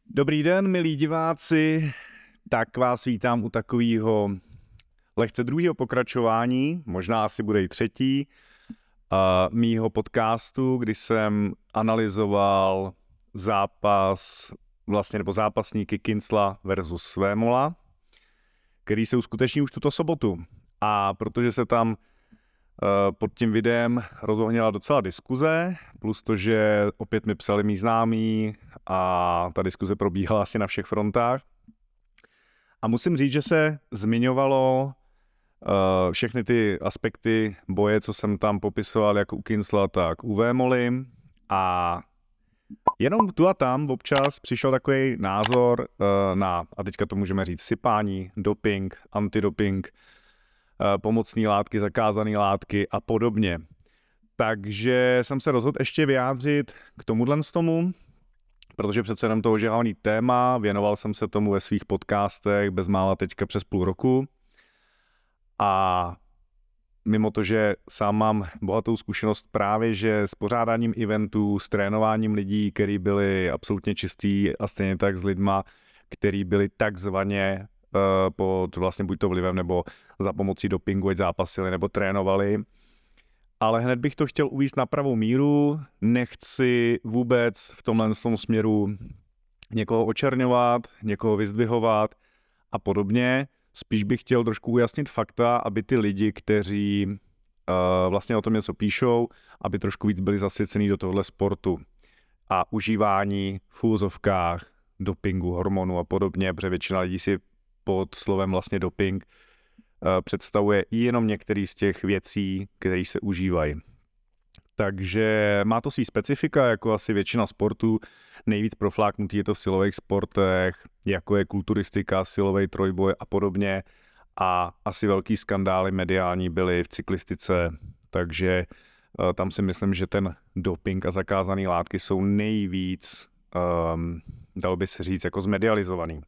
Dobrý den, milí diváci, tak vás vítám u takového lehce druhého pokračování, možná asi bude i třetí, mýho podcastu, kdy jsem analyzoval zápasníky Kincla versus Vémola, který se uskuteční už tuto sobotu. A protože se tam pod tím videem rozohněla docela diskuze, plus to, že opět mi psali mý známí a ta diskuze probíhala asi na všech frontách. A musím říct, že se zmiňovalo všechny ty aspekty boje, co jsem tam popisoval, jak u Kincla, tak u Vémoly. A jenom tu a tam občas přišel takový názor a teďka to můžeme říct, sypání, doping, antidoping, pomocné látky, zakázané látky a podobně. Takže jsem se rozhodl ještě vyjádřit k tomu, protože přece jenom to ožehaný téma, věnoval jsem se tomu ve svých podcastech bezmála teďka přes půl roku. A mimo to, že sám mám bohatou zkušenost právě, že s pořádáním eventů, s trénováním lidí, kteří byli absolutně čistí a stejně tak s lidma, kteří byli takzvaně pod vlastně buď to vlivem nebo za pomocí dopingu, ať zápasili nebo trénovali. Ale hned bych to chtěl uvést na pravou míru, nechci vůbec v tomhle směru někoho očerňovat, někoho vyzdvihovat a podobně. Spíš bych chtěl trošku ujasnit fakta, aby ty lidi, kteří vlastně o tom něco píšou, aby trošku víc byli zasvěcený do tohohle sportu a užívání v úvozovkách dopingu, hormonů a podobně, protože většina lidí si pod slovem vlastně doping představuje jenom některé z těch věcí, které se užívají. Takže má to svý specifika, jako asi většina sportů. Nejvíc profláknutý je to v silových sportech, jako je kulturistika, silový trojboj a podobně. A asi velký skandály mediální byly v cyklistice, takže tam si myslím, že ten doping a zakázané látky jsou nejvíc, dalo by se říct, jako zmedializovaný.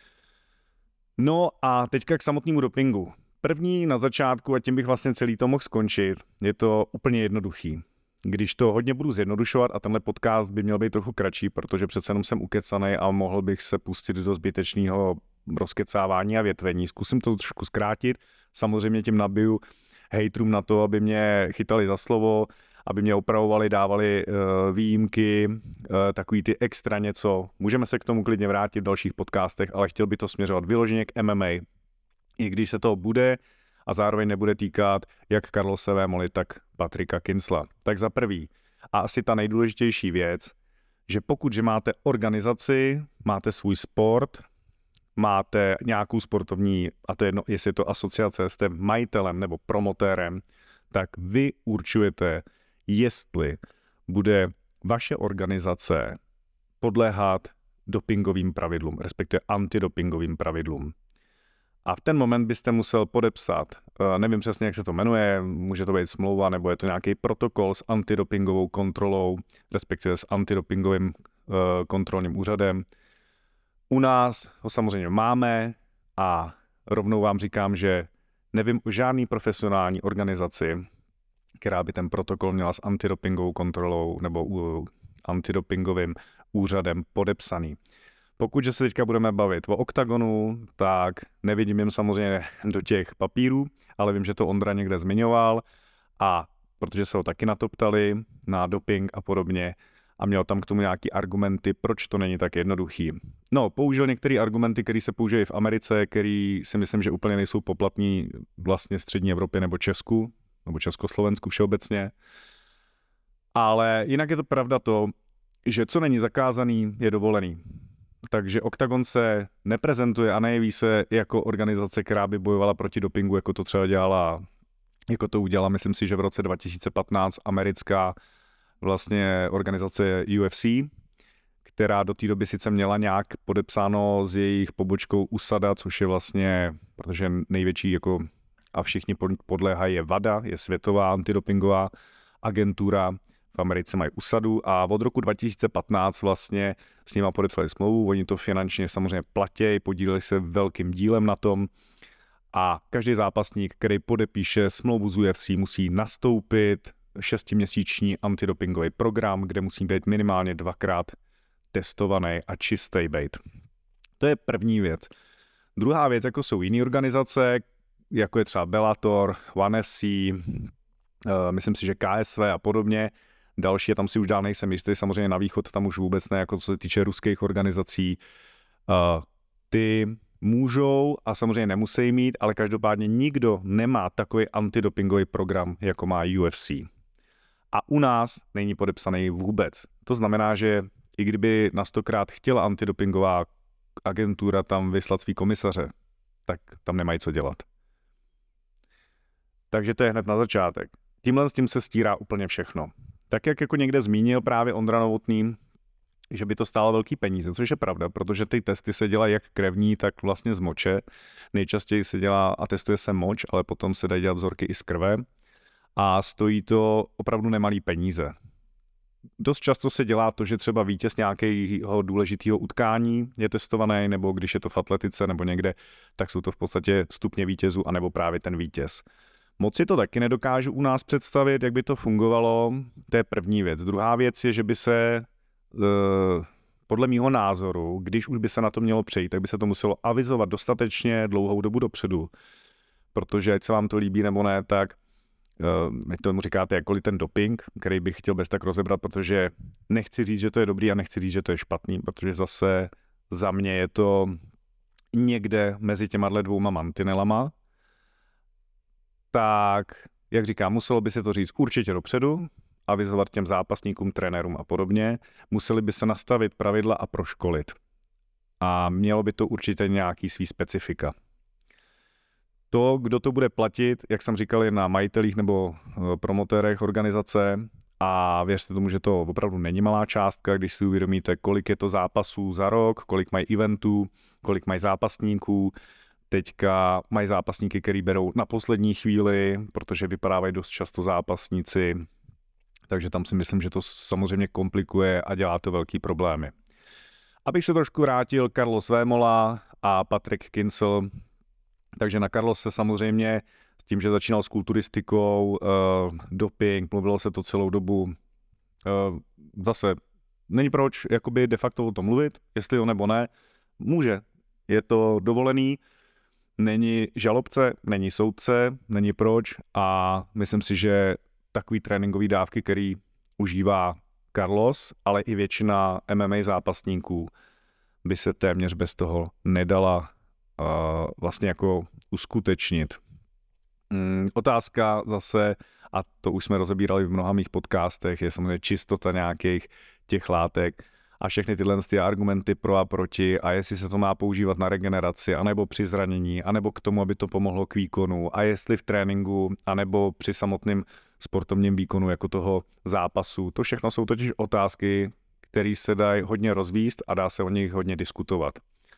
No a teďka k samotnému dopingu. První na začátku, a tím bych vlastně celý to mohl skončit, je to úplně jednoduchý. Když to hodně budu zjednodušovat a tenhle podcast by měl být trochu kratší, protože přece jenom jsem ukecanej a mohl bych se pustit do zbytečného rozkecávání a větvení. Zkusím to trošku zkrátit. Samozřejmě tím nabiju hejtrům na to, aby mě chytali za slovo, aby mě opravovali, dávali výjimky, takový ty extra něco. Můžeme se k tomu klidně vrátit v dalších podcastech, ale chtěl by to směřovat vyloženě k MMA. I když se to bude a zároveň nebude týkat jak Carlose Vémoly, tak Patricka Kincla. Tak za prvý, a asi ta nejdůležitější věc, že pokud máte organizaci, máte svůj sport, máte nějakou sportovní, a to je jedno, jestli je to asociace, jste majitelem nebo promotérem, tak vy určujete, jestli bude vaše organizace podléhat dopingovým pravidlům, respektive antidopingovým pravidlům. A v ten moment byste musel podepsat, nevím přesně, jak se to jmenuje, může to být smlouva, nebo je to nějaký protokol s antidopingovou kontrolou, respektive s antidopingovým kontrolním úřadem. U nás ho samozřejmě máme a rovnou vám říkám, že nevím o žádný profesionální organizaci, která by ten protokol měla s antidopingovou kontrolou nebo antidopingovým úřadem podepsaný. Pokud se teďka budeme bavit o Oktagonu, tak nevidím jim samozřejmě do těch papírů, ale vím, že to Ondra někde zmiňoval a protože se ho taky na to ptali, na doping a podobně a měl tam k tomu nějaký argumenty, proč to není tak jednoduchý. No, použil některé argumenty, které se používají v Americe, které si myslím, že úplně nejsou poplatní vlastně střední Evropě nebo Česku, nebo Československu všeobecně. Ale jinak je to pravda to, že co není zakázaný, je dovolený. Takže Oktagon se neprezentuje a nejeví se jako organizace, která by bojovala proti dopingu, jako to třeba dělala, jako to udělala, myslím si, že v roce 2015 americká vlastně organizace UFC, která do té doby sice měla nějak podepsáno s jejich pobočkou USADA, což je vlastně, protože největší jako a všichni podléhají je WADA, je světová antidopingová agentura, v Americe mají USADu a od roku 2015 vlastně s nima podepsali smlouvu, oni to finančně samozřejmě platí, podíleli se velkým dílem na tom a každý zápasník, který podepíše smlouvu z UFC, musí nastoupit 6měsíční antidopingový program, kde musí být minimálně 2x testovaný a čistý být. To je první věc. Druhá věc, jako jsou jiné organizace, jako je třeba Bellator, ONE FC, myslím si, že KSV a podobně. Další, tam si už dál nejsem jistý, samozřejmě na východ tam už vůbec ne, jako co se týče ruských organizací. Ty můžou a samozřejmě nemusí mít, ale každopádně nikdo nemá takový antidopingový program, jako má UFC. A u nás není podepsaný vůbec. To znamená, že i kdyby na 100krát chtěla antidopingová agentura tam vyslat svý komisaře, tak tam nemají co dělat. Takže to je hned na začátek. Tímhle s tím se stírá úplně všechno. Tak jak jako někde zmínil právě Ondra Novotný, že by to stálo velký peníze, což je pravda, protože ty testy se dělají jak krevní, tak vlastně z moče. Nejčastěji se dělá a testuje se moč, ale potom se dají dělat vzorky i z krve a stojí to opravdu nemalý peníze. Dost často se dělá to, že třeba vítěz nějakého důležitého utkání je testovaný, nebo když je to v atletice nebo někde, tak jsou to v podstatě stupně vítězů, anebo právě ten vítěz. Moc si to taky nedokážu u nás představit, jak by to fungovalo, to je první věc. Druhá věc je, že by se, podle mýho názoru, když už by se na to mělo přejít, tak by se to muselo avizovat dostatečně dlouhou dobu dopředu, protože ať se vám to líbí nebo ne, tak my tomu říkáte jakkoliv ten doping, který bych chtěl bez tak rozebrat, protože nechci říct, že to je dobrý a nechci říct, že to je špatný, protože zase za mě je to někde mezi těma dvouma mantinelama. Tak, jak říkám, muselo by se to říct určitě dopředu, avizovat těm zápasníkům, trenérům a podobně. Museli by se nastavit pravidla a proškolit. A mělo by to určitě nějaký svý specifika. To, kdo to bude platit, jak jsem říkal, je na majitelích nebo promotérech organizace a věřte tomu, že to opravdu není malá částka, když si uvědomíte, kolik je to zápasů za rok, kolik mají eventů, kolik mají zápasníků. Teďka mají zápasníky, který berou na poslední chvíli, protože vypadávají dost často zápasníci, takže tam si myslím, že to samozřejmě komplikuje a dělá to velký problémy. Abych se trošku vrátil, Carlos Vémola a Patrick Kinsel, takže na Carlose samozřejmě s tím, že začínal s kulturistikou, doping, mluvilo se to celou dobu, zase není proč jakoby de facto o tom mluvit, jestli jo nebo ne, může, je to dovolený, není žalobce, není soudce, není proč a myslím si, že takový tréninkový dávky, který užívá Carlos, ale i většina MMA zápasníků by se téměř bez toho nedala vlastně jako uskutečnit. Otázka zase, a to už jsme rozebírali v mnoha mých podcastech, je samozřejmě čistota nějakých těch látek a všechny tyhle argumenty pro a proti a jestli se to má používat na regeneraci, anebo při zranění, anebo k tomu, aby to pomohlo k výkonu a jestli v tréninku, anebo při samotném sportovním výkonu jako toho zápasu. To všechno jsou totiž otázky, které se dají hodně rozvíst a dá se o nich hodně diskutovat.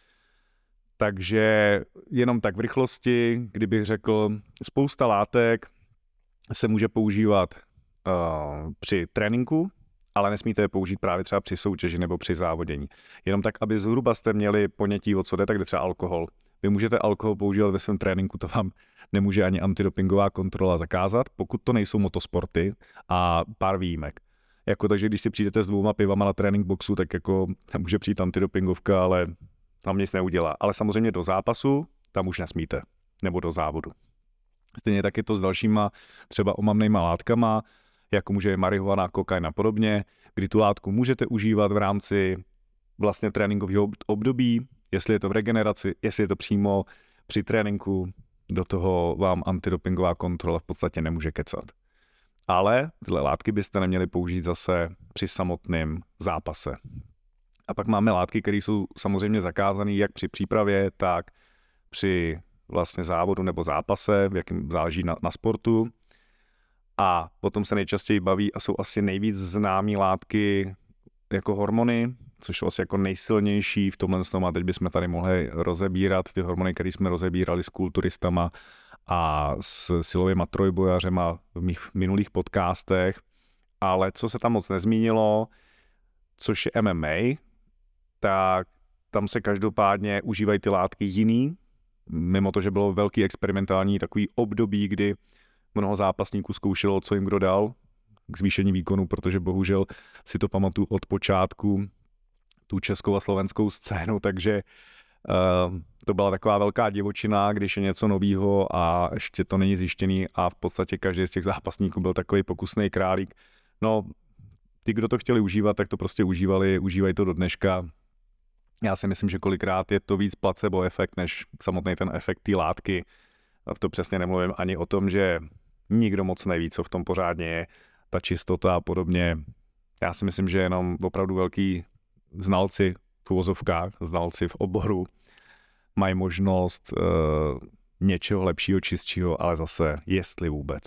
Takže jenom tak v rychlosti, kdybych řekl, spousta látek se může používat při tréninku, ale nesmíte je použít právě třeba při soutěži nebo při závodění. Jenom tak, aby zhruba jste měli ponětí, o co jde, tak jde třeba alkohol. Vy můžete alkohol používat ve svém tréninku, to vám nemůže ani antidopingová kontrola zakázat, pokud to nejsou motosporty a pár výjimek. Takže když si přijdete s 2 pivama na trénink boxu, tak jako může přijít antidopingovka, ale tam nic neudělá. Ale samozřejmě do zápasu tam už nesmíte, nebo do závodu. Stejně tak je to s dalšíma třeba omamnejma látkama, jako může marihuana, kokain a podobně, kdy tu látku můžete užívat v rámci vlastně tréninkového období, jestli je to v regeneraci, jestli je to přímo při tréninku, do toho vám antidopingová kontrola v podstatě nemůže kecat. Ale tyhle látky byste neměli použít zase při samotném zápase. A pak máme látky, které jsou samozřejmě zakázané jak při přípravě, tak při vlastně závodu nebo zápase, v jakém záleží na sportu. A potom se nejčastěji baví a jsou asi nejvíc známý látky jako hormony, což jsou asi jako nejsilnější v tomhle tom. A teď bychom tady mohli rozebírat ty hormony, které jsme rozebírali s kulturistama a s silovými trojbojařema v mých minulých podcastech. Ale co se tam moc nezmínilo, což je MMA, tak tam se každopádně užívají ty látky jiný, mimo to, že bylo velký experimentální takový období, kdy mnoho zápasníků zkoušelo, co jim kdo dal k zvýšení výkonu, protože bohužel si to pamatuju od počátku, tu českou a slovenskou scénu, takže to byla taková velká divočina, když je něco novýho a ještě to není zjištěný a v podstatě každý z těch zápasníků byl takový pokusný králík. No, ty, kdo to chtěli užívat, tak to prostě užívají to do dneška. Já si myslím, že kolikrát je to víc placebo efekt, než samotný ten efekt té látky. A to přesně nemluvím ani o tom, že nikdo moc neví, co v tom pořádně je, ta čistota a podobně. Já si myslím, že jenom opravdu velký znalci v uvozovkách, znalci v oboru, mají možnost něčeho lepšího, čistšího, ale zase jestli vůbec.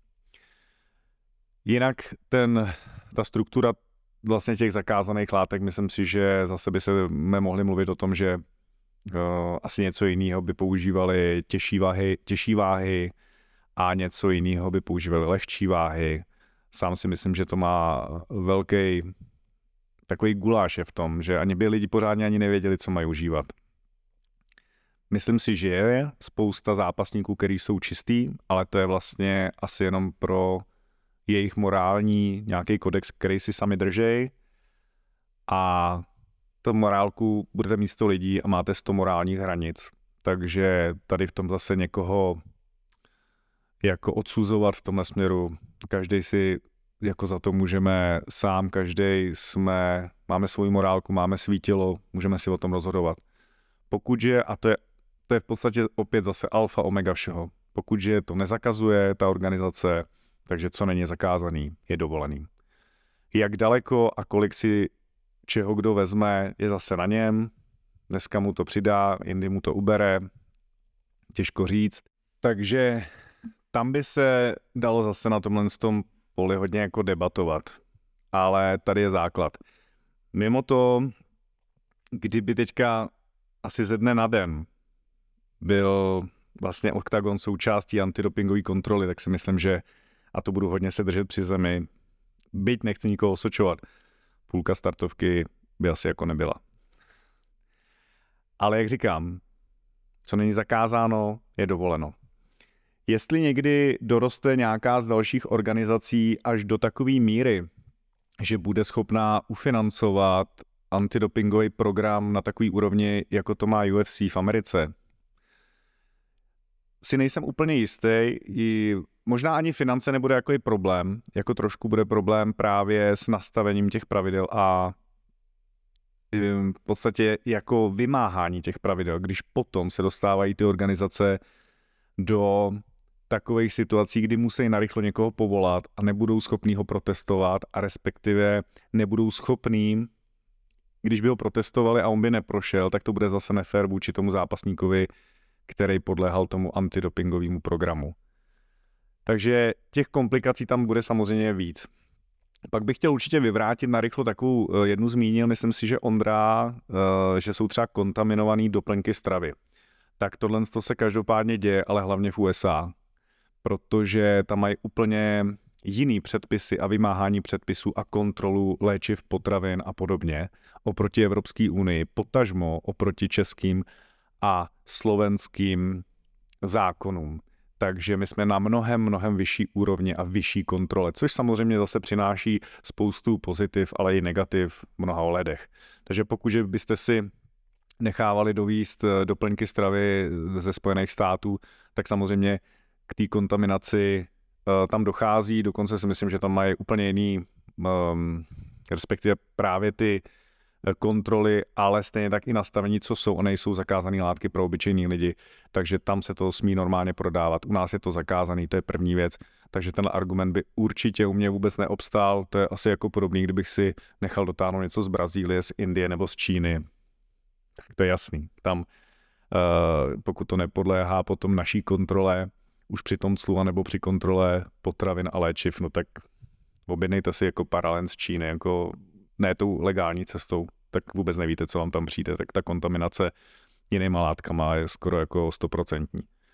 Jinak ta struktura vlastně těch zakázaných látek, myslím si, že zase by se mohli mluvit o tom, že asi něco jiného by používali těžší váhy a něco jiného by používali lehčí váhy. Sám si myslím, že to má velký takový guláš je v tom, že ani by lidi pořádně ani nevěděli, co mají užívat. Myslím si, že je spousta zápasníků, kteří jsou čistý, ale to je vlastně asi jenom pro jejich morální nějaký kodex, který si sami držej a tu morálku budete mít 100 lidí a máte 100 morálních hranic. Takže tady v tom zase někoho jako odsuzovat v tomhle směru, každý si jako za to můžeme sám, každý máme svou morálku, máme svý tělo, můžeme si o tom rozhodovat. Pokud je, a to je v podstatě opět zase alfa omega všeho, pokud je to nezakazuje ta organizace, takže co není zakázaný, je dovolený. Jak daleko a kolik si čeho kdo vezme, je zase na něm. Dneska mu to přidá, jindy mu to ubere. Těžko říct. Takže tam by se dalo zase na tomhle poli hodně jako debatovat. Ale tady je základ. Mimo to, kdyby teďka asi ze dne na den byl vlastně Oktagon součástí antidopingové kontroly, tak si myslím, že a to budu hodně se držet při zemi, byť nechci nikoho osočovat, půlka startovky by asi jako nebyla. Ale jak říkám, co není zakázáno, je dovoleno. Jestli někdy doroste nějaká z dalších organizací až do takové míry, že bude schopná ufinancovat antidopingový program na takový úrovni, jako to má UFC v Americe, si nejsem úplně jistý. Možná ani finance nebude jako problém, jako trošku bude problém právě s nastavením těch pravidel a v podstatě jako vymáhání těch pravidel, když potom se dostávají ty organizace do takových situací, kdy musí narychlo někoho povolat a nebudou schopní ho protestovat a respektive nebudou schopní, když by ho protestovali a on by neprošel, tak to bude zase nefér vůči tomu zápasníkovi, který podléhal tomu antidopingovému programu. Takže těch komplikací tam bude samozřejmě víc. Pak bych chtěl určitě vyvrátit narychlo takovou jednu zmínil, myslím si, že Ondra, že jsou třeba kontaminované doplňky stravy. Tak tohle se každopádně děje, ale hlavně v USA, protože tam mají úplně jiný předpisy a vymáhání předpisů a kontrolu léčiv, potravin a podobně oproti Evropské unii, potažmo oproti českým a slovenským zákonům. Takže my jsme na mnohem vyšší úrovni a vyšší kontrole, což samozřejmě zase přináší spoustu pozitiv, ale i negativ v mnoha ohledech. Takže pokud byste si nechávali dovízt doplňky stravy ze Spojených států, tak samozřejmě k té kontaminaci tam dochází, dokonce si myslím, že tam mají úplně jiný, respektive právě ty kontroly, ale stejně tak i nastavení, co jsou a nejsou zakázané látky pro obyčejní lidi, takže tam se to smí normálně prodávat. U nás je to zakázaný, to je první věc, takže ten argument by určitě u mě vůbec neobstál, to je asi jako podobný, kdybych si nechal dotáhnout něco z Brazílie, z Indie nebo z Číny. Tak to je jasný. Tam, pokud to nepodléhá potom naší kontrole, už při tom clu nebo při kontrole potravin a léčiv, no tak objednejte si jako paralen z Číny, jako ne tou legální cestou, tak vůbec nevíte, co vám tam přijde, tak ta kontaminace jinýma látkama je skoro jako 100%.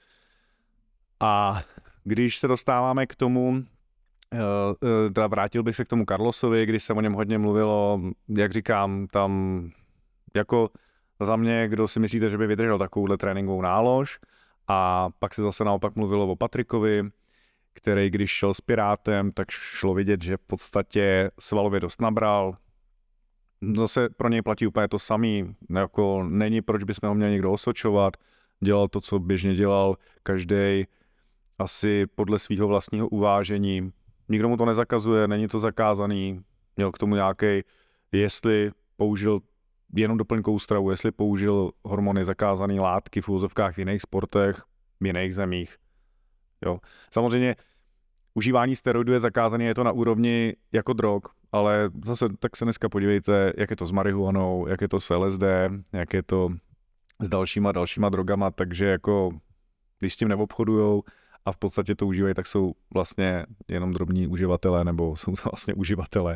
A když se dostáváme k tomu, vrátil bych se k tomu Carlosovi, když se o něm hodně mluvilo, jak říkám, tam jako za mě, kdo si myslíte, že by vydržel takovouhle tréninkovou nálož, a pak se zase naopak mluvilo o Patrikovi, který když šel s Pirátem, tak šlo vidět, že v podstatě svalově dost nabral. zase pro něj platí úplně to samý, jako není proč bychom ho měli někdo osočovat, dělal to, co běžně dělal, každý asi podle svého vlastního uvážení, nikdo mu to nezakazuje, není to zakázaný, měl k tomu nějaký, jestli použil jenom doplňkovou stravu, jestli použil hormony zakázané látky v úvozovkách v jiných sportech, v jiných zemích. Jo. Samozřejmě užívání steroidů je zakázané, je to na úrovni jako drog, ale zase tak se dneska podívejte, jak je to s marihuanou, jak je to s LSD, jak je to s dalšíma drogama, takže jako když s tím neobchodujou a v podstatě to užívají, tak jsou vlastně jenom drobní uživatelé, nebo jsou to vlastně uživatelé,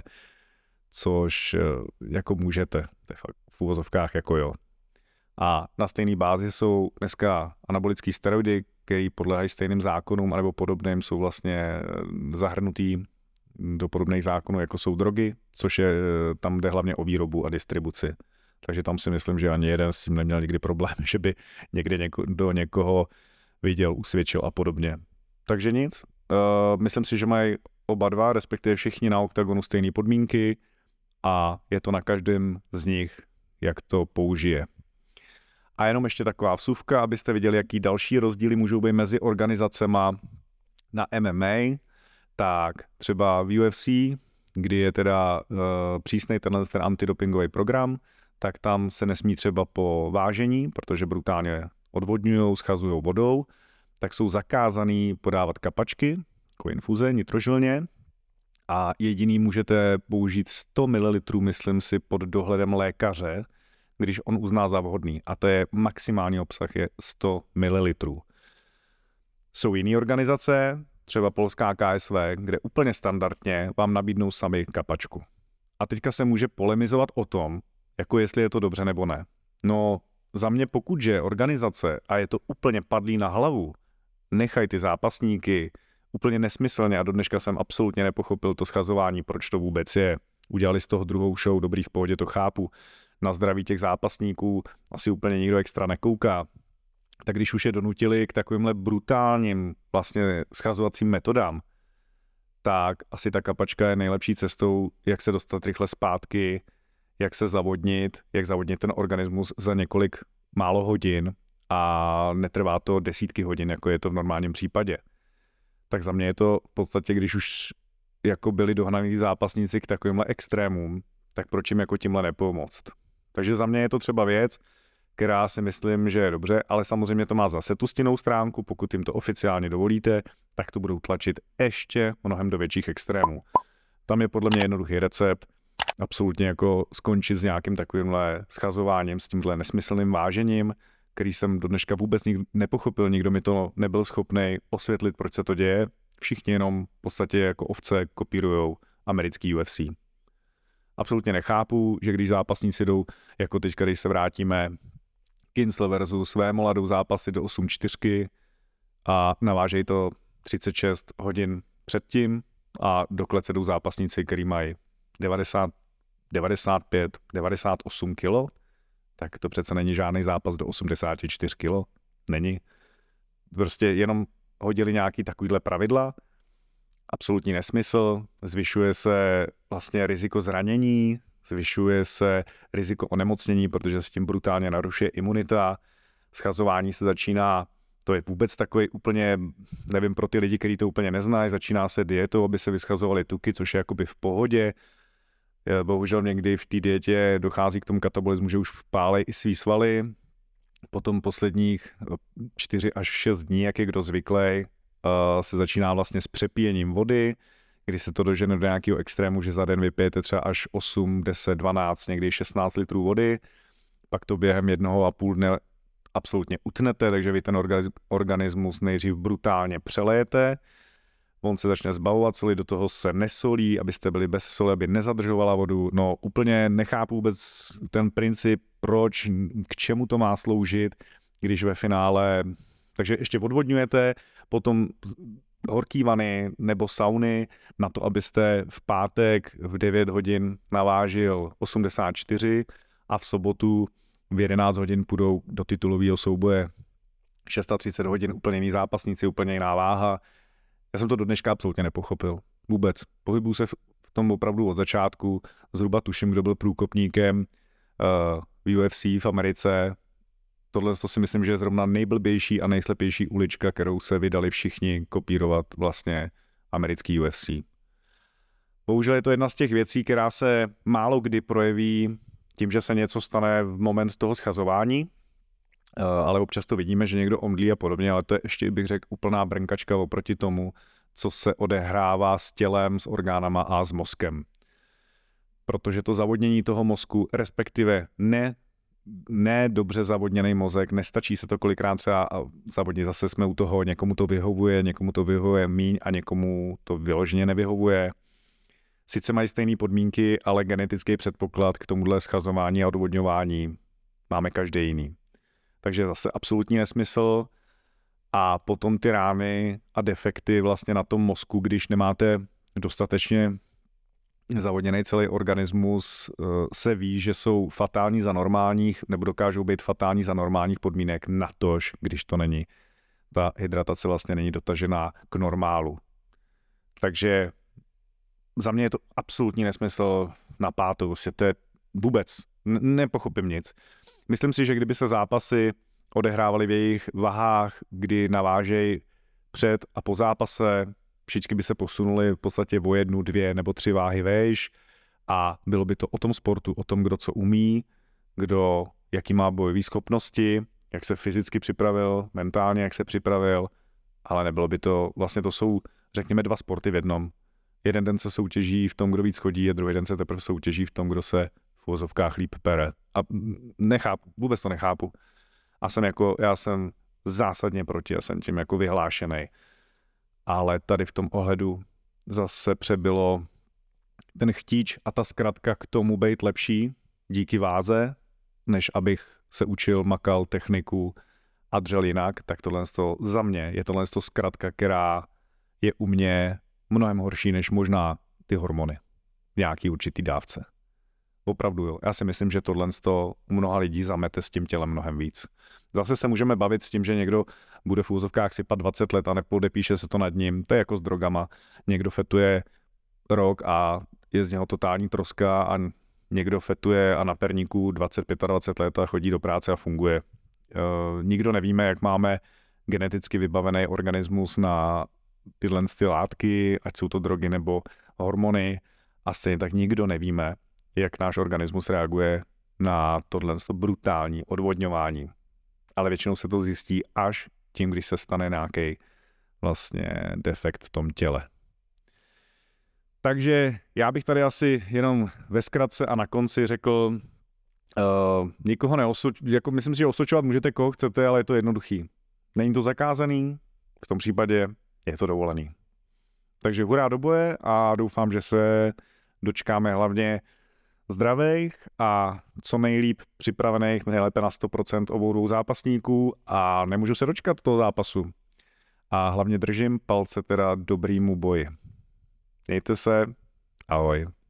což jako můžete, to je fakt v úvozovkách jako jo. A na stejné bázi jsou dneska anabolické steroidy, které podléhají stejným zákonům nebo podobným, jsou vlastně zahrnutý do podobných zákonů, jako jsou drogy, což je, tam jde hlavně o výrobu a distribuci. Takže tam si myslím, že ani jeden s tím neměl nikdy problém, že by někdy do někoho viděl, usvědčil a podobně. Takže nic. Myslím si, že mají oba dva, respektive všichni na OKTAGONu stejné podmínky a je to na každém z nich, jak to použije. A jenom ještě taková vsuvka, abyste viděli, jaký další rozdíly můžou být mezi organizacema na MMA, tak třeba v UFC, kdy je teda přísnej ten antidopingový program, tak tam se nesmí třeba po vážení, protože brutálně odvodňujou, schazujou vodou, tak jsou zakázaný podávat kapačky, jako infuze, nitrožilně, a jediný můžete použít 100 ml, myslím si, pod dohledem lékaře, když on uzná za vhodný. A to je maximální obsah, je 100 ml. Jsou jiné organizace, třeba polská KSV, kde úplně standardně vám nabídnou sami kapačku. A teďka se může polemizovat o tom, jako jestli je to dobře nebo ne. No za mě pokud organizace, a je to úplně padlý na hlavu, nechaj ty zápasníky úplně nesmyslně, a do dneška jsem absolutně nepochopil to schazování, proč to vůbec je. Udělali z toho druhou show, dobrý, v pohodě, to chápu. Na zdraví těch zápasníků asi úplně nikdo extra nekouká. Tak když už je donutili k takovýmhle brutálním vlastně schazovacím metodám, tak asi ta kapačka je nejlepší cestou, jak se dostat rychle zpátky, jak se zavodnit, jak zavodnit ten organismus za několik málo hodin a netrvá to desítky hodin, jako je to v normálním případě. Tak za mě je to v podstatě, když už jako byli dohnaní zápasníci k takovýmhle extrémům, tak proč jim jako tímhle nepomoct? Takže za mě je to třeba věc, která si myslím, že je dobře, ale samozřejmě to má zase tu stinnou stránku, pokud jim to oficiálně dovolíte, tak to budou tlačit ještě mnohem do větších extrémů. Tam je podle mě jednoduchý recept, absolutně jako skončit s nějakým takovýmhle schazováním, s tímhle nesmyslným vážením, který jsem do dneška vůbec nepochopil, nikdo mi to nebyl schopný osvětlit, proč se to děje. Všichni jenom v podstatě jako ovce kopírujou americký UFC. Absolutně nechápu, že když zápasníci jdou, jako teď, když se vrátíme, Kinsler versus Vémola, jdou zápasy do 8-4 a navážejí to 36 hodin předtím a do klece jdou zápasníci, který mají 90, 95, 98 kilo, tak to přece není žádný zápas do 84 kilo. Není. Prostě jenom hodili nějaký takovýhle pravidla, absolutní nesmysl, zvyšuje se vlastně riziko zranění, zvyšuje se riziko onemocnění, protože se tím brutálně narušuje imunita, schazování se začíná, to je vůbec takový úplně, nevím, pro ty lidi, kteří to úplně neznají, začíná se dietou, aby se vyschazovaly tuky, což je jakoby v pohodě. Bohužel někdy v té dietě dochází k tomu katabolismu, že už pálej i svý svaly, potom posledních 4 až 6 dní, jak je kdo zvyklý, se začíná vlastně s přepíjením vody, kdy se to dožene do nějakého extrému, že za den vypijete třeba až 8, 10, 12, někdy 16 litrů vody, pak to během 1,5 dne absolutně utnete, takže vy ten organismus nejdřív brutálně přelejete, on se začne zbavovat soli, do toho se nesolí, abyste byli bez soli, aby nezadržovala vodu. No úplně nechápu vůbec ten princip, proč, k čemu to má sloužit, když ve finále, takže ještě odvodňujete, potom horký vany nebo sauny na to, abyste v pátek v 9 hodin navážil 84 a v sobotu v 11 hodin půjdou do titulového souboje 630 hodin, úplně jiný zápasníci, úplně jiná váha. Já jsem to do dneška absolutně nepochopil. Vůbec. Pohybuju se v tom opravdu od začátku. Zhruba tuším, kdo byl průkopníkem v UFC v Americe. Tohle to si myslím, že je zrovna nejblbější a nejslepější ulička, kterou se vydali všichni kopírovat vlastně americký UFC. Bohužel je to jedna z těch věcí, která se málo kdy projeví tím, že se něco stane v moment toho schazování, ale občas to vidíme, že někdo omdlí a podobně, ale to je ještě, bych řekl, úplná brnkačka oproti tomu, co se odehrává s tělem, s orgánama a s mozkem. Protože to zavodnění toho mozku, respektive ne dobře zavodněný mozek, nestačí se to kolikrát třeba zavodnit, zase jsme u toho, někomu to vyhovuje míň a někomu to vyloženě nevyhovuje. Sice mají stejné podmínky, ale genetický předpoklad k tomuhle schazování a odvodňování máme každý jiný. Takže zase absolutní nesmysl a potom ty rány a defekty vlastně na tom mozku, když nemáte dostatečně zavodněný celý organismus, se ví, že jsou fatální za normálních, nebo dokážou být fatální za normálních podmínek, natož, když to není. Ta hydratace vlastně není dotažená k normálu. Takže za mě je to absolutní nesmysl na pátou, vlastně to je vůbec, nepochopím nic. Myslím si, že kdyby se zápasy odehrávaly v jejich vahách, kdy navážejí před a po zápase, všichni by se posunuli v podstatě o 1, 2 nebo 3 váhy vejš a bylo by to o tom sportu, o tom, kdo co umí, kdo jaký má bojové schopnosti, jak se fyzicky připravil, mentálně jak se připravil, ale nebylo by to, vlastně to jsou, řekněme, 2 sporty v jednom. Jeden den se soutěží v tom, kdo víc chodí, a druhý den se teprve soutěží v tom, kdo se v uvozovkách líp pere. A nechápu, vůbec to nechápu. A já jsem zásadně proti a jsem tím jako vyhlášený. Ale tady v tom ohledu zase přebylo ten chtíč a ta zkratka k tomu být lepší díky váze, než abych se učil, makal techniku a dřel jinak, tak tohle za mě je tohle zkratka, která je u mě mnohem horší než možná ty hormony v nějaký určitý dávce. Opravdu jo. Já si myslím, že tohle u mnoha lidí zamete s tím tělem mnohem víc. Zase se můžeme bavit s tím, že někdo bude v úzovkách sypat 20 let a nepodepíše se to nad ním. To je jako s drogama. Někdo fetuje rok a je z něho totální troska a někdo fetuje a na perníku 20-25 let a chodí do práce a funguje. Nikdo nevíme, jak máme geneticky vybavený organismus na tyhle látky, ať jsou to drogy nebo hormony. Asi tak nikdo nevíme, jak náš organismus reaguje na tohle brutální odvodňování. Ale většinou se to zjistí až tím, když se stane nějaký vlastně defekt v tom těle. Takže já bych tady asi jenom ve zkratce a na konci řekl, nikoho jako myslím si, že osočovat můžete koho chcete, ale je to jednoduchý. Není to zakázaný, v tom případě je to dovolený. Takže hurá do boje a doufám, že se dočkáme hlavně zdravých a co nejlíp připravených, nejlépe na 100% obou dvou zápasníků a nemůžu se dočkat toho zápasu. A hlavně držím palce teda dobrýmu boji. Mějte se, ahoj.